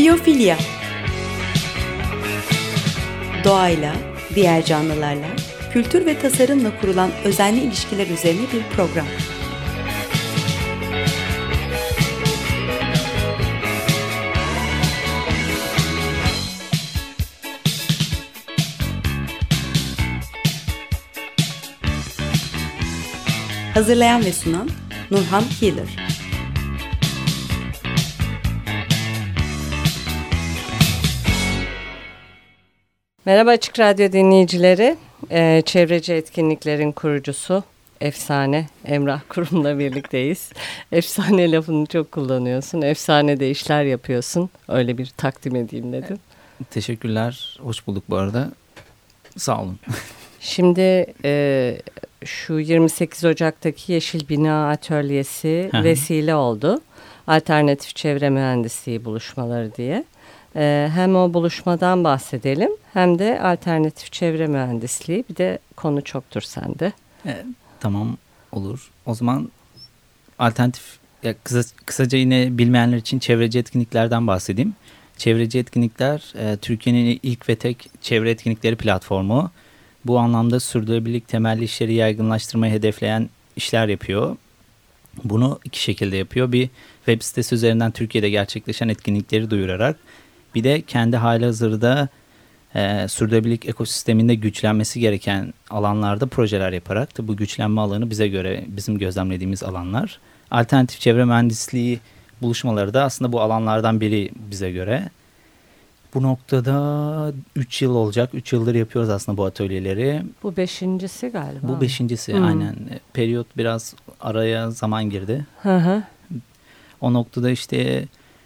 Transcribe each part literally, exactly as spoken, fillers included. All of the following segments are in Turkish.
Biyofilya. Doğayla, diğer canlılarla, kültür ve tasarımla kurulan özenli ilişkiler üzerine bir program. Hazırlayan ve sunan Nurhan Healer. Merhaba Açık Radyo dinleyicileri. Ee, çevreci etkinliklerin kurucusu Efsane Emrah Kurum'la birlikteyiz. Efsane lafını çok kullanıyorsun. Efsane de işler yapıyorsun. Öyle bir takdim edeyim dedim. Teşekkürler. Hoş bulduk bu arada. Sağ olun. Şimdi e, şu yirmi sekiz Ocak'taki Yeşil Bina Atölyesi vesile oldu. Alternatif Çevre Mühendisliği buluşmaları diye. Ee, hem o buluşmadan bahsedelim hem de alternatif çevre mühendisliği, bir de konu çoktur sende. E, tamam olur. O zaman alternatif ya kısa, kısaca yine bilmeyenler için çevreci etkinliklerden bahsedeyim. Çevreci etkinlikler e, Türkiye'nin ilk ve tek çevre etkinlikleri platformu. Bu anlamda sürdürülebilirlik temelli işleri yaygınlaştırmayı hedefleyen işler yapıyor. Bunu iki şekilde yapıyor. Bir, web sitesi üzerinden Türkiye'de gerçekleşen etkinlikleri duyurarak, bir de kendi halihazırda e, sürdürülebilirlik ekosisteminde güçlenmesi gereken alanlarda projeler yaparak da bu güçlenme alanı bize göre bizim gözlemlediğimiz alanlar. Alternatif çevre mühendisliği buluşmaları da aslında bu alanlardan biri bize göre. Bu noktada üç yıl olacak. üç yıldır yapıyoruz aslında bu atölyeleri. Bu beşincisi galiba. Bu beşincisi hmm. aynen. Periyot biraz araya zaman girdi. Hı hı. O noktada işte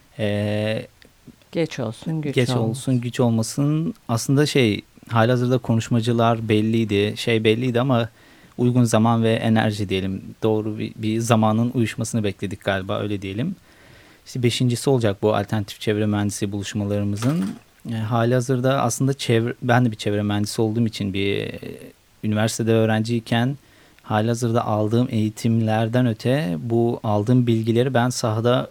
e, geç olsun güç geç olmasın. olsun güç olmasın. Aslında şey halihazırda konuşmacılar belliydi. Şey belliydi ama uygun zaman ve enerji diyelim. Doğru bir, bir zamanın uyuşmasını bekledik galiba, öyle diyelim. İşte beşincisi olacak bu alternatif çevre mühendisliği buluşmalarımızın. E, halihazırda aslında çevre, ben de bir çevre mühendisi olduğum için bir e, üniversitede öğrenciyken halihazırda aldığım eğitimlerden öte bu aldığım bilgileri ben sahada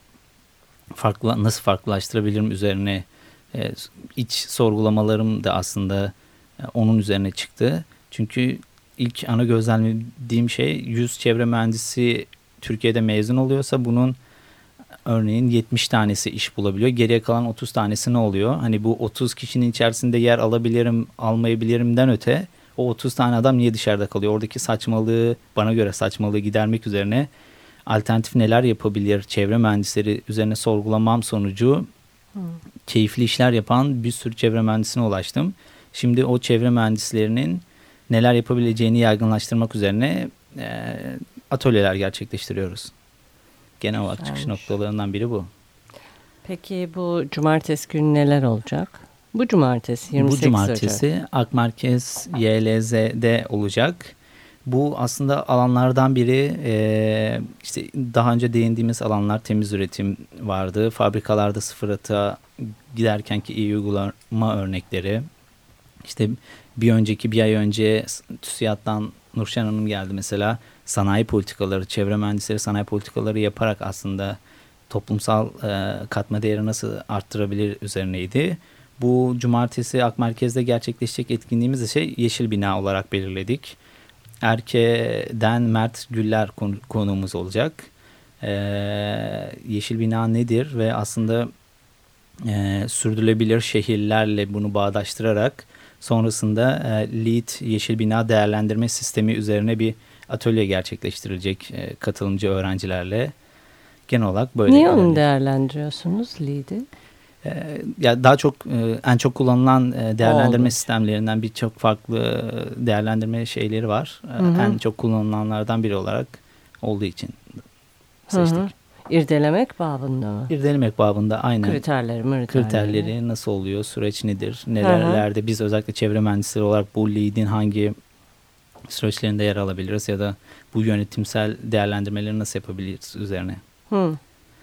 farklı nasıl farklılaştırabilirim üzerine e, iç sorgulamalarım da aslında e, onun üzerine çıktı. Çünkü ilk ana gözlemlediğim şey yüz çevre mühendisi Türkiye'de mezun oluyorsa bunun örneğin yetmiş tanesi iş bulabiliyor. Geriye kalan otuz tanesi ne oluyor? Hani bu otuz kişinin içerisinde yer alabilirim, almayabilirimden öte o otuz tane adam niye dışarıda kalıyor? Oradaki saçmalığı, bana göre saçmalığı gidermek üzerine alternatif neler yapabilir çevre mühendisleri üzerine sorgulamam sonucu hmm. keyifli işler yapan bir sürü çevre mühendisine ulaştım. Şimdi o çevre mühendislerinin neler yapabileceğini yaygınlaştırmak üzerine e, atölyeler gerçekleştiriyoruz. Genel olarak çıkış noktalarından biri bu. Peki bu cumartesi günü neler olacak? Bu cumartesi yirmi sekiz Bu cumartesi Ocak. Akmerkez Y L Z'de olacak. Bu aslında alanlardan biri, e, işte daha önce değindiğimiz alanlar, temiz üretim vardı. Fabrikalarda sıfır atığa giderkenki iyi uygulama örnekleri. İşte bir önceki bir ay önce TÜSİAD'dan Nurşen Hanım geldi mesela. Sanayi politikaları, çevre mühendisleri sanayi politikaları yaparak aslında toplumsal e, katma değeri nasıl arttırabilir üzerineydi. Bu cumartesi Akmerkez'de gerçekleşecek etkinliğimiz de şey Yeşil Bina olarak belirledik. Erke'den Mert Güller konu, konuğumuz olacak. Ee, Yeşil Bina nedir ve aslında e, sürdürülebilir şehirlerle bunu bağdaştırarak sonrasında e, LEED Yeşil Bina değerlendirme sistemi üzerine bir atölye gerçekleştirilecek e, katılımcı öğrencilerle. Genel olarak böyle. Niye onu değerlendiriyorsunuz LEED'i? Ee, ya daha çok e, en çok kullanılan e, değerlendirme Oldu. sistemlerinden birçok farklı değerlendirme şeyleri var. Hı hı. En çok kullanılanlardan biri olarak olduğu için seçtik. Hı hı. İrdelemek babında mı? İrdelemek babında aynen. Kriterleri, kriterleri. Kriterleri nasıl oluyor, süreç nedir, nelerde biz özellikle çevre mühendisleri olarak bu LEED'in hangi süreçlerinde yer alabiliriz ya da bu yönetimsel değerlendirmeleri nasıl yapabiliriz üzerine. Hı.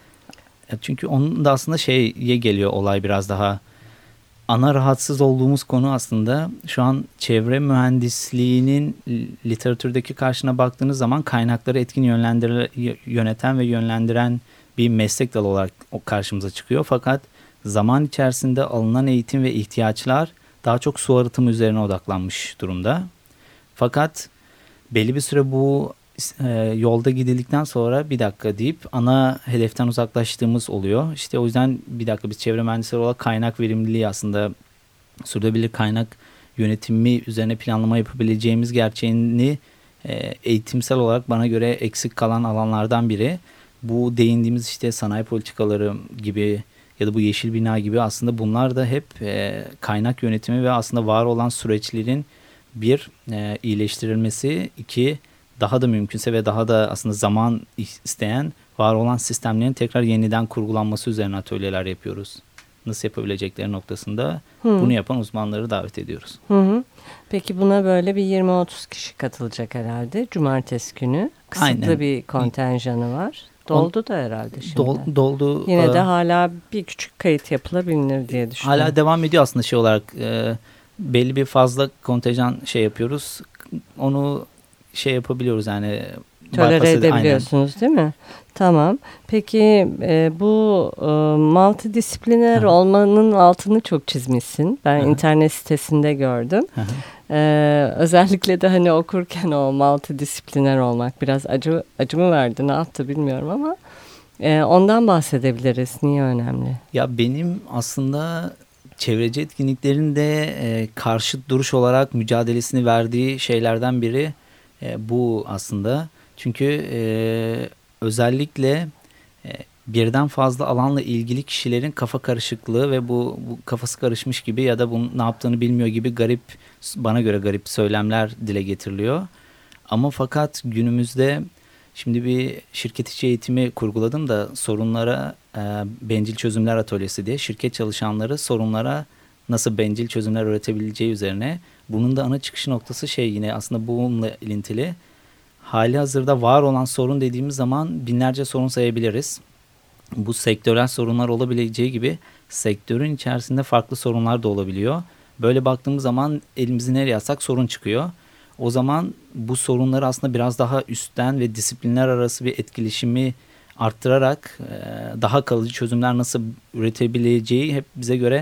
Çünkü onun da aslında şeye geliyor olay biraz daha. Ana rahatsız olduğumuz konu aslında şu an çevre mühendisliğinin literatürdeki karşına baktığınız zaman kaynakları etkin yönlendir yöneten ve yönlendiren bir meslek dalı olarak karşımıza çıkıyor. Fakat zaman içerisinde alınan eğitim ve ihtiyaçlar daha çok su arıtımı üzerine odaklanmış durumda. Fakat belli bir süre bu e, yolda gidildikten sonra bir dakika deyip ana hedeften uzaklaştığımız oluyor. İşte o yüzden bir dakika biz çevre mühendisleri olarak kaynak verimliliği, aslında sürdürülebilir kaynak yönetimi üzerine planlama yapabileceğimiz gerçeğini e, eğitimsel olarak bana göre eksik kalan alanlardan biri. Bu değindiğimiz işte sanayi politikaları gibi ya da bu yeşil bina gibi, aslında bunlar da hep e, kaynak yönetimi ve aslında var olan süreçlerin bir e, iyileştirilmesi, iki daha da mümkünse ve daha da aslında zaman isteyen var olan sistemlerin tekrar yeniden kurgulanması üzerine atölyeler yapıyoruz. Nasıl yapabilecekleri noktasında hı. bunu yapan uzmanları davet ediyoruz. Hı hı. Peki buna böyle bir yirmi otuz kişi katılacak herhalde. Cumartesi günü kısıtlı Aynen. bir kontenjanı var. Doldu da herhalde şimdi. Dol, doldu. Yine de hala bir küçük kayıt yapılabilir diye düşünüyorum. Hala devam ediyor aslında şey olarak. E, belli bir fazla kontenjan şey yapıyoruz. Onu şey yapabiliyoruz yani. Tolere edebiliyorsunuz aynen. değil mi? Tamam. Peki e, bu e, multidisipliner Hı. olmanın altını çok çizmişsin. Ben Hı. internet sitesinde gördüm. E, özellikle de hani okurken o multidisipliner olmak biraz acı acı mı verdi, ne yaptı bilmiyorum ama e, ondan bahsedebiliriz. Niye önemli? Ya benim aslında çevreci etkinliklerin de e, karşıt duruş olarak mücadelesini verdiği şeylerden biri e, bu aslında. Çünkü e, özellikle e, birden fazla alanla ilgili kişilerin kafa karışıklığı ve bu, bu kafası karışmış gibi ya da bunun ne yaptığını bilmiyor gibi garip, bana göre garip söylemler dile getiriliyor. Ama fakat günümüzde şimdi bir şirket içi eğitimi kurguladım da sorunlara e, bencil çözümler atölyesi diye şirket çalışanları sorunlara nasıl bencil çözümler üretebileceği üzerine. Bunun da ana çıkış noktası şey yine aslında bununla ilintili. Hali hazırda var olan sorun dediğimiz zaman binlerce sorun sayabiliriz. Bu sektörel sorunlar olabileceği gibi sektörün içerisinde farklı sorunlar da olabiliyor. Böyle baktığımız zaman elimizi nereye atsak sorun çıkıyor. O zaman bu sorunları aslında biraz daha üstten ve disiplinler arası bir etkileşimi arttırarak daha kalıcı çözümler nasıl üretebileceği hep bize göre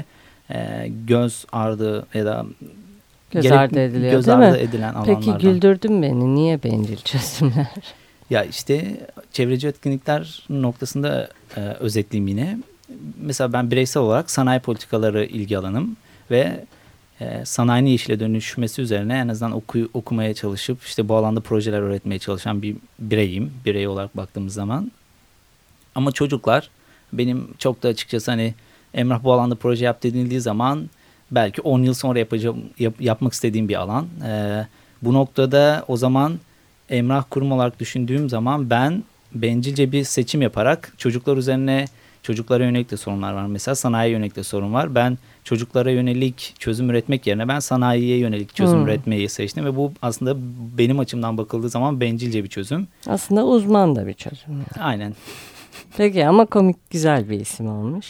göz ardı ya da göz ardı ediliyor göz değil ardı mi? edilen alanlardan. Peki güldürdün beni. Niye bencil çözümler? Ya işte çevreci etkinlikler noktasında e, özetleyeyim yine. Mesela ben bireysel olarak sanayi politikaları ilgi alanım ve e, sanayinin yeşile dönüşmesi üzerine en azından oku, okumaya çalışıp işte bu alanda projeler üretmeye çalışan bir bireyim. Birey olarak baktığımız zaman. Ama çocuklar benim çok da açıkçası hani Emrah bu alanda proje yap denildiği zaman belki on yıl sonra yapacağım, yap, yapmak istediğim bir alan. Ee, bu noktada o zaman Emrah kurum olarak düşündüğüm zaman ben bencilce bir seçim yaparak çocuklar üzerine, çocuklara yönelik de sorunlar var. Mesela sanayiye yönelik de sorun var. Ben çocuklara yönelik çözüm üretmek yerine ben sanayiye yönelik çözüm hmm. üretmeyi seçtim ve bu aslında benim açımdan bakıldığı zaman bencilce bir çözüm. Aslında uzman da bir çözüm. Yani. Aynen. Peki ama komik, güzel bir isim olmuş.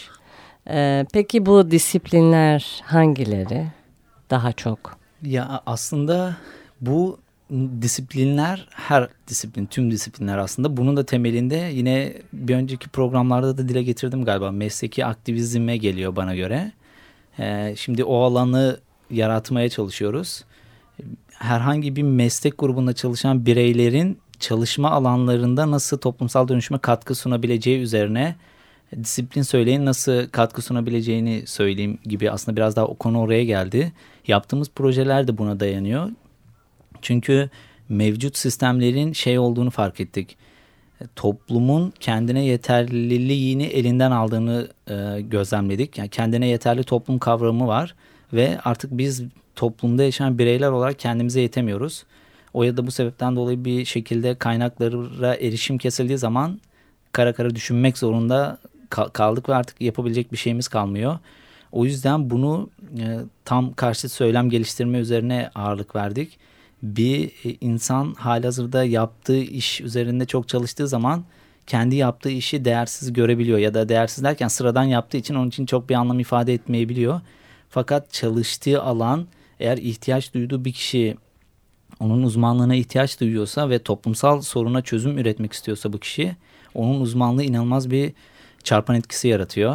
Ee, peki bu disiplinler hangileri daha çok? Ya aslında bu disiplinler, her disiplin, tüm disiplinler aslında bunun da temelinde yine bir önceki programlarda da dile getirdim galiba, mesleki aktivizme geliyor bana göre. Ee, şimdi o alanı yaratmaya çalışıyoruz. Herhangi bir meslek grubunda çalışan bireylerin çalışma alanlarında nasıl toplumsal dönüşüme katkı sunabileceği üzerine disiplin söyleyin, nasıl katkı sunabileceğini söyleyeyim gibi aslında biraz daha o konu oraya geldi. Yaptığımız projeler de buna dayanıyor. Çünkü mevcut sistemlerin şey olduğunu fark ettik. Toplumun kendine yeterliliğini elinden aldığını e, gözlemledik. Yani kendine yeterli toplum kavramı var ve artık biz toplumda yaşayan bireyler olarak kendimize yetemiyoruz. O ya da bu sebepten dolayı bir şekilde kaynaklara erişim kesildiği zaman kara kara düşünmek zorunda kaldık ve artık yapabilecek bir şeyimiz kalmıyor. O yüzden bunu e, tam karşıt söylem geliştirme üzerine ağırlık verdik. Bir insan halihazırda yaptığı iş üzerinde çok çalıştığı zaman kendi yaptığı işi değersiz görebiliyor ya da değersiz derken sıradan yaptığı için onun için çok bir anlam ifade etmeyebiliyor. Fakat çalıştığı alan, eğer ihtiyaç duyduğu bir kişi onun uzmanlığına ihtiyaç duyuyorsa ve toplumsal soruna çözüm üretmek istiyorsa bu kişi, onun uzmanlığı inanılmaz bir çarpan etkisi yaratıyor.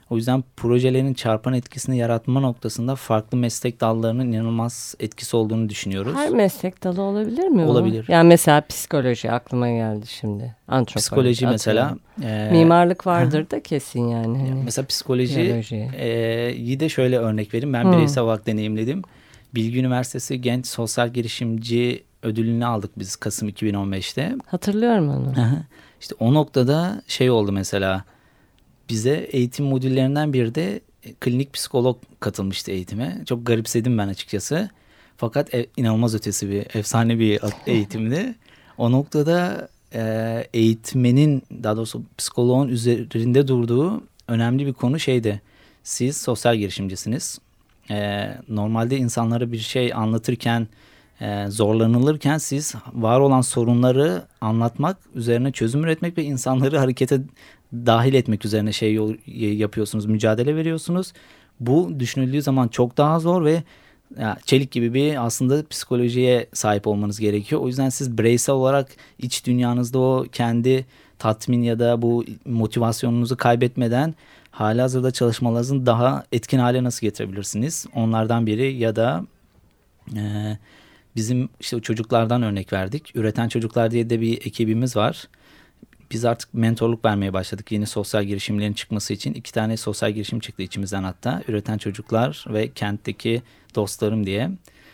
O yüzden projelerin çarpan etkisini yaratma noktasında farklı meslek dallarının inanılmaz etkisi olduğunu düşünüyoruz. Her meslek dalı olabilir mi? Olabilir. O? Yani mesela psikoloji aklıma geldi şimdi. Antropoloji. Psikoloji mesela. E, Mimarlık vardır da kesin yani. Hani. Mesela psikolojiyi e, de şöyle örnek vereyim. Ben hmm. bireysel olarak deneyimledim. Bilgi Üniversitesi Genç Sosyal Girişimci ödülünü aldık biz Kasım iki bin on beşte. Hatırlıyorum onu. İşte o noktada şey oldu mesela. Bize eğitim modüllerinden biri de klinik psikolog katılmıştı eğitime. Çok garipsedim ben açıkçası. Fakat e, inanılmaz ötesi bir, efsane bir eğitimdi. O noktada e, eğitmenin, daha doğrusu psikoloğun üzerinde durduğu önemli bir konu şeydi. Siz sosyal girişimcisiniz. E, normalde insanlara bir şey anlatırken, e, zorlanılırken siz var olan sorunları anlatmak, üzerine çözüm üretmek ve insanları harekete dahil etmek üzerine şey yapıyorsunuz, mücadele veriyorsunuz. Bu düşünüldüğü zaman çok daha zor ve ya, çelik gibi bir aslında psikolojiye sahip olmanız gerekiyor. O yüzden siz bireysel olarak iç dünyanızda o kendi tatmin ya da bu motivasyonunuzu kaybetmeden halihazırda çalışmalarınızı daha etkin hale nasıl getirebilirsiniz? Onlardan biri ya da e, bizim işte çocuklardan örnek verdik. Üreten Çocuklar diye de bir ekibimiz var. Biz artık mentorluk vermeye başladık yeni sosyal girişimlerin çıkması için. İki tane sosyal girişim çıktı içimizden hatta. Üreten Çocuklar ve Kentteki Dostlarım diye.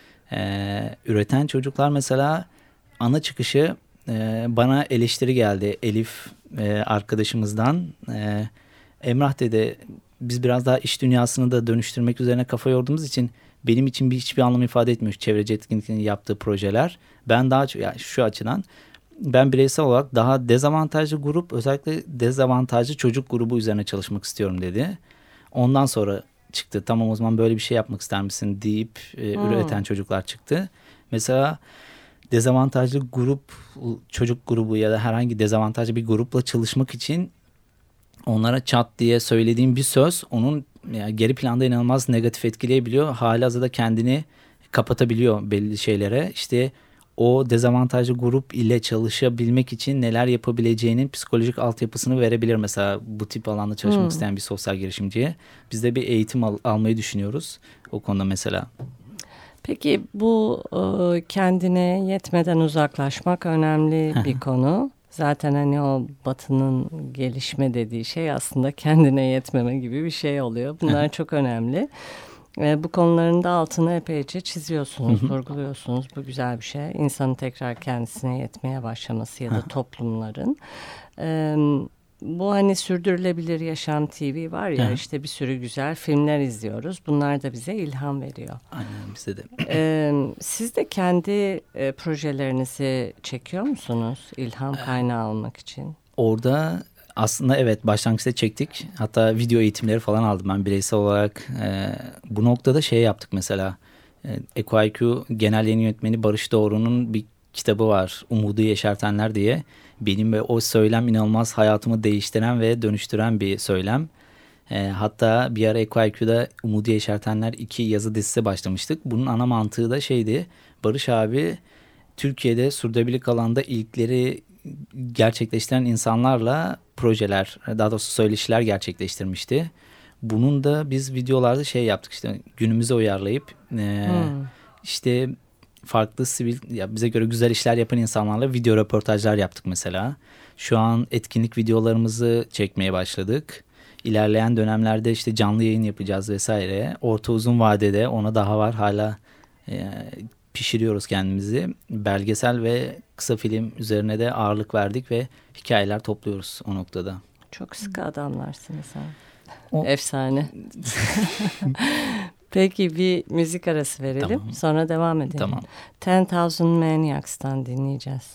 Ee, Üreten Çocuklar mesela ana çıkışı e, bana eleştiri geldi Elif e, arkadaşımızdan. E, Emrah dedi, biz biraz daha iş dünyasını da dönüştürmek üzerine kafa yorduğumuz için benim için bir hiçbir anlam ifade etmiyor çevreci etkinliklerin yaptığı projeler. Ben daha yani şu açıdan ben bireysel olarak daha dezavantajlı grup, özellikle dezavantajlı çocuk grubu üzerine çalışmak istiyorum dedi. Ondan sonra çıktı. Tamam o zaman böyle bir şey yapmak ister misin deyip e, hmm. Üreten Çocuklar çıktı. Mesela dezavantajlı grup, çocuk grubu ya da herhangi dezavantajlı bir grupla çalışmak için onlara çat diye söylediğim bir söz onun yani geri planda inanılmaz negatif etkileyebiliyor. Halihazırda kendini kapatabiliyor belli şeylere. İşte o dezavantajlı grup ile çalışabilmek için neler yapabileceğinin psikolojik altyapısını verebilir mesela bu tip alanda çalışmak hmm. isteyen bir sosyal girişimciye. Biz de bir eğitim al- almayı düşünüyoruz o konuda mesela. Peki bu e, kendine yetmeden uzaklaşmak önemli bir konu. Zaten hani o Batı'nın gelişme dediği şey aslında kendine yetmeme gibi bir şey oluyor. Bunlar çok önemli. E, bu konuların da altını epeyce çiziyorsunuz, vurguluyorsunuz. Bu güzel bir şey. İnsanın tekrar kendisine yetmeye başlaması ya da toplumların. E, bu hani Sürdürülebilir Yaşam T V var ya, işte bir sürü güzel filmler izliyoruz. Bunlar da bize ilham veriyor. Aynen, bize de. E, siz de kendi e, projelerinizi çekiyor musunuz ilham kaynağı olmak için? Orada aslında evet başlangıçta çektik. Hatta video eğitimleri falan aldım ben bireysel olarak. E, bu noktada şey yaptık mesela. E, Eko I Q Genel Yayın Yönetmeni Barış Doğru'nun bir kitabı var. Umudu Yeşertenler diye. Benim ve o söylem inanılmaz hayatımı değiştiren ve dönüştüren bir söylem. E, hatta bir ara Eko I Q'da Umudu Yeşertenler iki yazı dizisi başlamıştık. Bunun ana mantığı da şeydi. Barış abi Türkiye'de sürdürülebilirlik alanda ilkleri gerçekleştiren insanlarla projeler, daha doğrusu söyleşiler gerçekleştirmişti. Bunun da biz videolarda şey yaptık işte günümüze uyarlayıp e, hmm. işte farklı sivil ya bize göre güzel işler yapan insanlarla video röportajlar yaptık mesela. Şu an etkinlik videolarımızı çekmeye başladık. İlerleyen dönemlerde işte canlı yayın yapacağız vesaire. Orta uzun vadede ona daha var hala e, pişiriyoruz kendimizi. Belgesel ve kısa film üzerine de ağırlık verdik ve hikayeler topluyoruz o noktada. Çok sıkı adamlarsınız ha. O... Efsane. Peki bir müzik arası verelim. Tamam. Sonra devam edelim. Tamam. Ten Thousand Maniacs'tan dinleyeceğiz.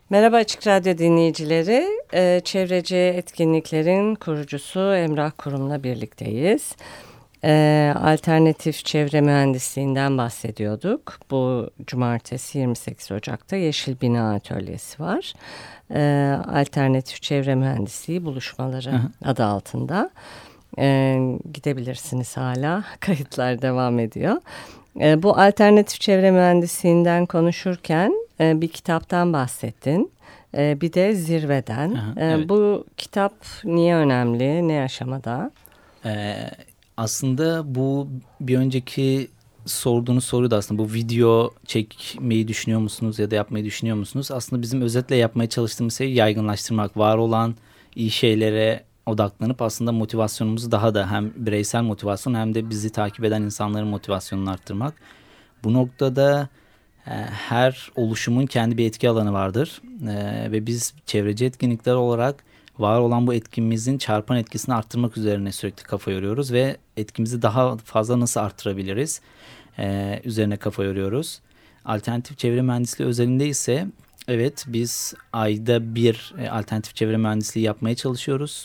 Merhaba Açık Radyo dinleyicileri. Ee, Çevreci Etkinliklerin kurucusu Emrah Kurum'la birlikteyiz. Ee, alternatif çevre mühendisliğinden bahsediyorduk. Bu cumartesi yirmi sekiz Ocak'ta Yeşil Bina Atölyesi var. Ee, alternatif çevre mühendisliği buluşmaları Hı-hı. adı altında. Ee, gidebilirsiniz hala. Kayıtlar devam ediyor. Ee, bu alternatif çevre mühendisliğinden konuşurken e, bir kitaptan bahsettin. E, bir de zirveden. Aha, e, evet. Bu kitap niye önemli? Ne aşamada? Ee, aslında bu bir önceki sorduğunuz soru da aslında bu video çekmeyi düşünüyor musunuz ya da yapmayı düşünüyor musunuz? Aslında bizim özetle yapmaya çalıştığımız şey yaygınlaştırmak. Var olan iyi şeylere odaklanıp aslında motivasyonumuzu daha da hem bireysel motivasyon hem de bizi takip eden insanların motivasyonunu arttırmak. Bu noktada e, her oluşumun kendi bir etki alanı vardır e, ve biz çevreci etkinlikler olarak var olan bu etkimizin çarpan etkisini arttırmak üzerine sürekli kafa yoruyoruz ve etkimizi daha fazla nasıl arttırabiliriz e, üzerine kafa yoruyoruz. Alternatif çevre mühendisliği özelinde ise evet biz ayda bir e, alternatif çevre mühendisliği yapmaya çalışıyoruz.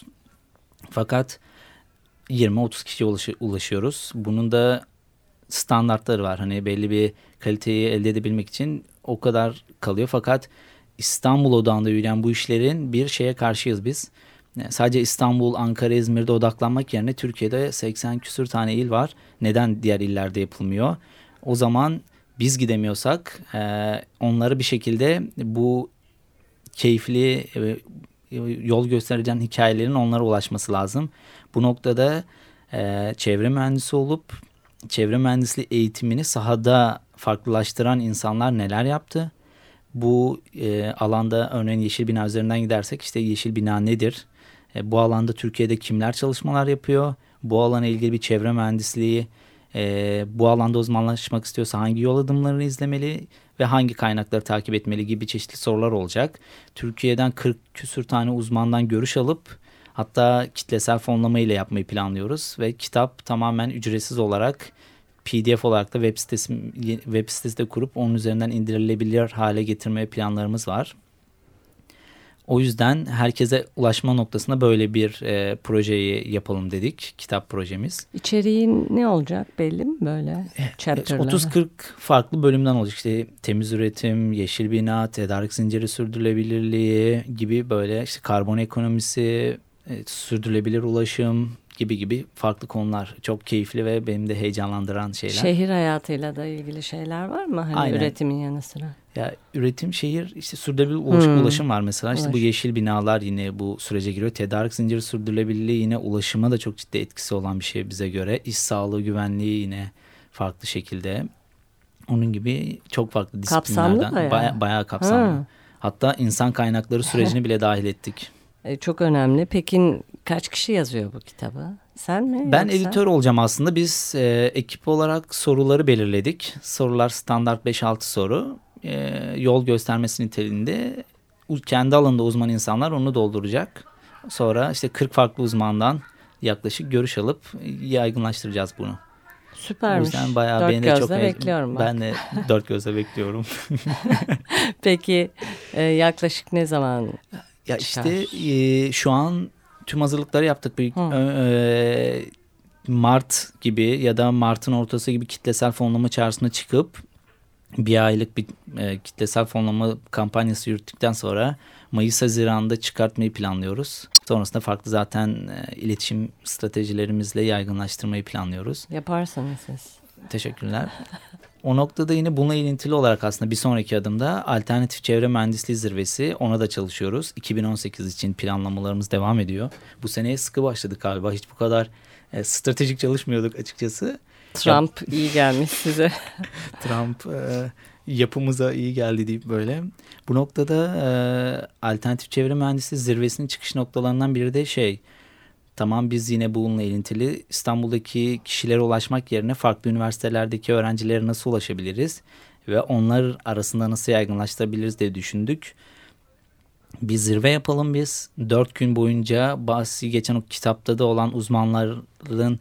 Fakat yirmi otuz kişiye ulaşıyoruz. Bunun da standartları var. Hani belli bir kaliteyi elde edebilmek için o kadar kalıyor. Fakat İstanbul odağında yürüyen bu işlerin bir şeye karşıyız biz. Yani sadece İstanbul, Ankara, İzmir'de odaklanmak yerine Türkiye'de seksen küsür tane il var. Neden diğer illerde yapılmıyor? O zaman biz gidemiyorsak onları bir şekilde bu keyifli yol göstereceğin hikayelerin onlara ulaşması lazım. Bu noktada e, çevre mühendisi olup çevre mühendisliği eğitimini sahada farklılaştıran insanlar neler yaptı? Bu e, alanda örneğin Yeşil Bina üzerinden gidersek işte Yeşil Bina nedir? E, bu alanda Türkiye'de kimler çalışmalar yapıyor? Bu alana ilgili bir çevre mühendisliği e, bu alanda uzmanlaşmak istiyorsa hangi yol adımlarını izlemeli ve hangi kaynakları takip etmeli gibi çeşitli sorular olacak. Türkiye'den kırk küsür tane uzmandan görüş alıp hatta kitlesel fonlama ile yapmayı planlıyoruz ve kitap tamamen ücretsiz olarak P D F olarak da web sitesi web sitesi de kurup onun üzerinden indirilebilir hale getirmeye planlarımız var. O yüzden herkese ulaşma noktasında böyle bir e, projeyi yapalım dedik. Kitap projemiz. İçeriğin ne olacak belli mi böyle? otuz kırk farklı bölümden olacak. İşte temiz üretim, yeşil bina, tedarik zinciri sürdürülebilirliği gibi böyle işte karbon ekonomisi, e, sürdürülebilir ulaşım gibi gibi farklı konular. Çok keyifli ve benim de heyecanlandıran şeyler. Şehir hayatıyla da ilgili şeyler var mı? Hani Aynen. Üretimin yanı sıra. Ya üretim, şehir, işte sürdürülebilir ulaş, hmm. ulaşım var mesela. İşte Ulaş. Bu yeşil binalar yine bu sürece giriyor. Tedarik zinciri sürdürülebilirliği yine ulaşıma da çok ciddi etkisi olan bir şey bize göre. İş sağlığı, güvenliği yine farklı şekilde. Onun gibi çok farklı disiplinlerden. Kapsamlı bayağı. Baya, bayağı kapsamlı. Ha. Hatta insan kaynakları sürecini bile dahil ettik. E, çok önemli. Peki kaç kişi yazıyor bu kitabı? Sen mi? Ben yoksa? editör olacağım aslında. Biz e, ekip olarak soruları belirledik. Sorular standart beş altı soru. E, yol göstermesi niteliğinde kendi alanında uzman insanlar onu dolduracak. Sonra işte kırk farklı uzmandan yaklaşık görüş alıp yaygınlaştıracağız bunu. Süpermiş. O yüzden bayağı dört beni gözle çok bekliyorum. Ben de dört gözle bekliyorum. Peki e, yaklaşık ne zaman Ya çıkar? işte e, şu an tüm hazırlıkları yaptık. Bir, e, Mart gibi ya da Mart'ın ortası gibi kitlesel fonlama çağrısına çıkıp bir aylık bir e, kitlesel fonlama kampanyası yürüttükten sonra Mayıs-Haziran'da çıkartmayı planlıyoruz. Sonrasında farklı zaten e, iletişim stratejilerimizle yaygınlaştırmayı planlıyoruz. Yaparsınız siz. Teşekkürler. O noktada yine bununla ilintili olarak aslında bir sonraki adımda alternatif çevre mühendisliği zirvesi, ona da çalışıyoruz. iki bin on sekiz için planlamalarımız devam ediyor. Bu seneye sıkı başladık galiba. Hiç bu kadar e, stratejik çalışmıyorduk açıkçası. Trump ya, iyi gelmiş size. Trump e, yapımıza iyi geldi deyip böyle. Bu noktada e, alternatif çevre mühendisliği zirvesinin çıkış noktalarından biri de şey... Tamam, biz yine bununla ilintili İstanbul'daki kişilere ulaşmak yerine farklı üniversitelerdeki öğrencilere nasıl ulaşabiliriz ve onlar arasında nasıl yaygınlaştırabiliriz diye düşündük. Bir zirve yapalım biz. Dört gün boyunca bahsi geçen o kitapta da olan uzmanların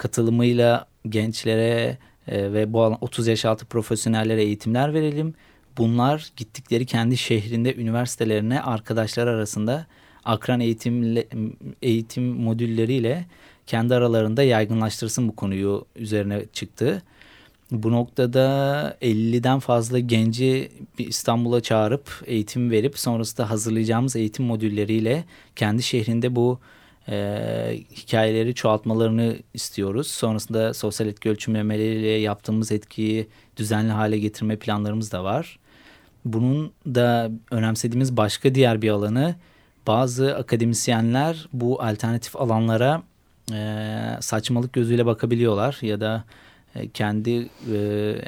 katılımıyla gençlere e, ve bu alan otuz yaş altı profesyonellere eğitimler verelim. bunlar gittikleri kendi şehrinde üniversitelerine arkadaşlar arasında akran eğitim, eğitim modülleriyle kendi aralarında yaygınlaştırsın bu konuyu üzerine çıktı. Bu noktada elliden fazla genci İstanbul'a çağırıp eğitim verip sonrasında hazırlayacağımız eğitim modülleriyle kendi şehrinde bu e, hikayeleri çoğaltmalarını istiyoruz. Sonrasında sosyal etki ölçümlemeleriyle yaptığımız etkiyi düzenli hale getirme planlarımız da var. Bunun da önemsediğimiz başka diğer bir alanı, bazı akademisyenler bu alternatif alanlara e, saçmalık gözüyle bakabiliyorlar ya da kendi e,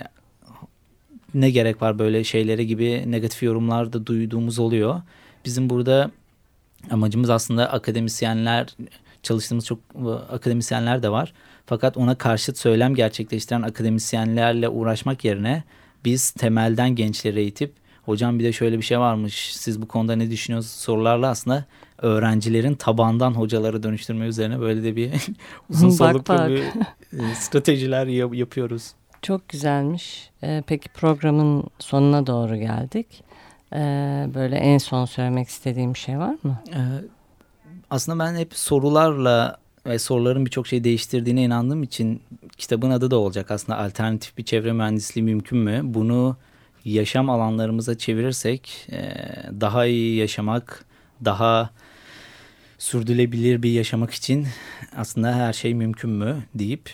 ne gerek var böyle şeylere gibi negatif yorumlar da duyduğumuz oluyor. Bizim burada amacımız aslında akademisyenler, çalıştığımız çok akademisyenler de var. Fakat ona karşıt söylem gerçekleştiren akademisyenlerle uğraşmak yerine biz temelden gençleri eğitip, hocam bir de şöyle bir şey varmış, siz bu konuda ne düşünüyorsunuz sorularla aslında öğrencilerin tabandan hocaları dönüştürme üzerine böyle de bir uzun soluklu bir stratejiler yap- yapıyoruz. Çok güzelmiş. Ee, peki programın sonuna doğru geldik. Ee, böyle en son söylemek istediğim bir şey var mı? Ee, aslında ben hep sorularla ve soruların birçok şey değiştirdiğine inandığım için kitabın adı da olacak aslında, alternatif bir çevre mühendisliği mümkün mü? Bunu yaşam alanlarımıza çevirirsek daha iyi yaşamak, daha sürdürülebilir bir yaşamak için aslında her şey mümkün mü deyip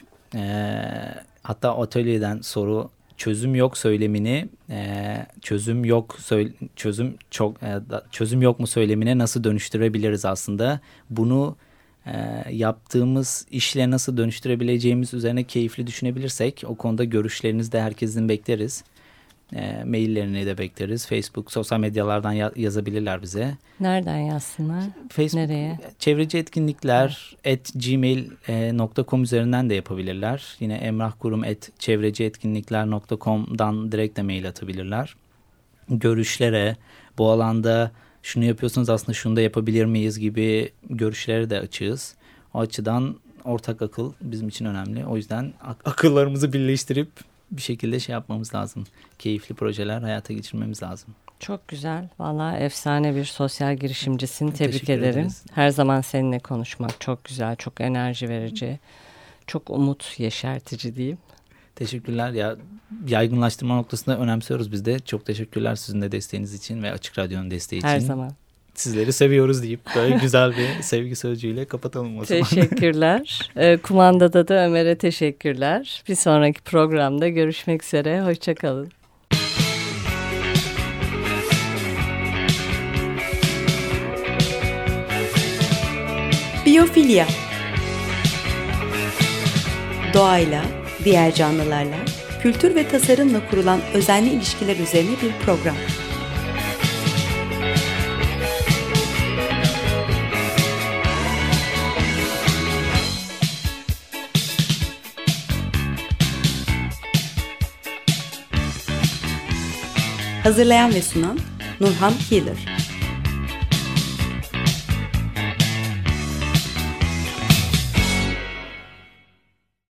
hatta atölyeden soru, çözüm yok söylemini çözüm yok çözüm çok çözüm yok mu söylemine nasıl dönüştürebiliriz aslında? Bunu yaptığımız işle nasıl dönüştürebileceğimiz üzerine keyifli düşünebilirsek o konuda görüşlerinizi de herkesin bekleriz. E, maillerini de bekleriz. Facebook, sosyal medyalardan ya- yazabilirler bize. Nereden yazsınlar? Facebook, nereye? Çevreci etkinlikler at gmail nokta com üzerinden de yapabilirler. Yine emrahkurum at çevreci etkinlikler nokta com'dan direkt de mail atabilirler. Görüşlere, bu alanda şunu yapıyorsunuz aslında şunu da yapabilir miyiz gibi görüşlere de açığız. O açıdan ortak akıl bizim için önemli. O yüzden ak- akıllarımızı birleştirip bir şekilde şey yapmamız lazım. Keyifli projeler hayata geçirmemiz lazım. Çok güzel. Vallahi efsane bir sosyal girişimcisin. Tebrik Teşekkür ederim. ederiz. Her zaman seninle konuşmak çok güzel, çok enerji verici, çok umut yeşertici diyeyim. Teşekkürler ya. Yaygınlaştırma noktasında önemsiyoruz biz de. Çok teşekkürler sizin de desteğiniz için ve Açık Radyo'nun desteği için. Her zaman. Sizleri seviyoruz deyip böyle güzel bir sevgi sözcüğüyle kapatalım o zaman. Teşekkürler. e, kumandada da Ömer'e teşekkürler. Bir sonraki programda görüşmek üzere. Hoşçakalın. Biyofilya. Doğayla, diğer canlılarla, kültür ve tasarımla kurulan özenli ilişkiler üzerine bir program. Hazırlayan ve sunan Nurhan Healer.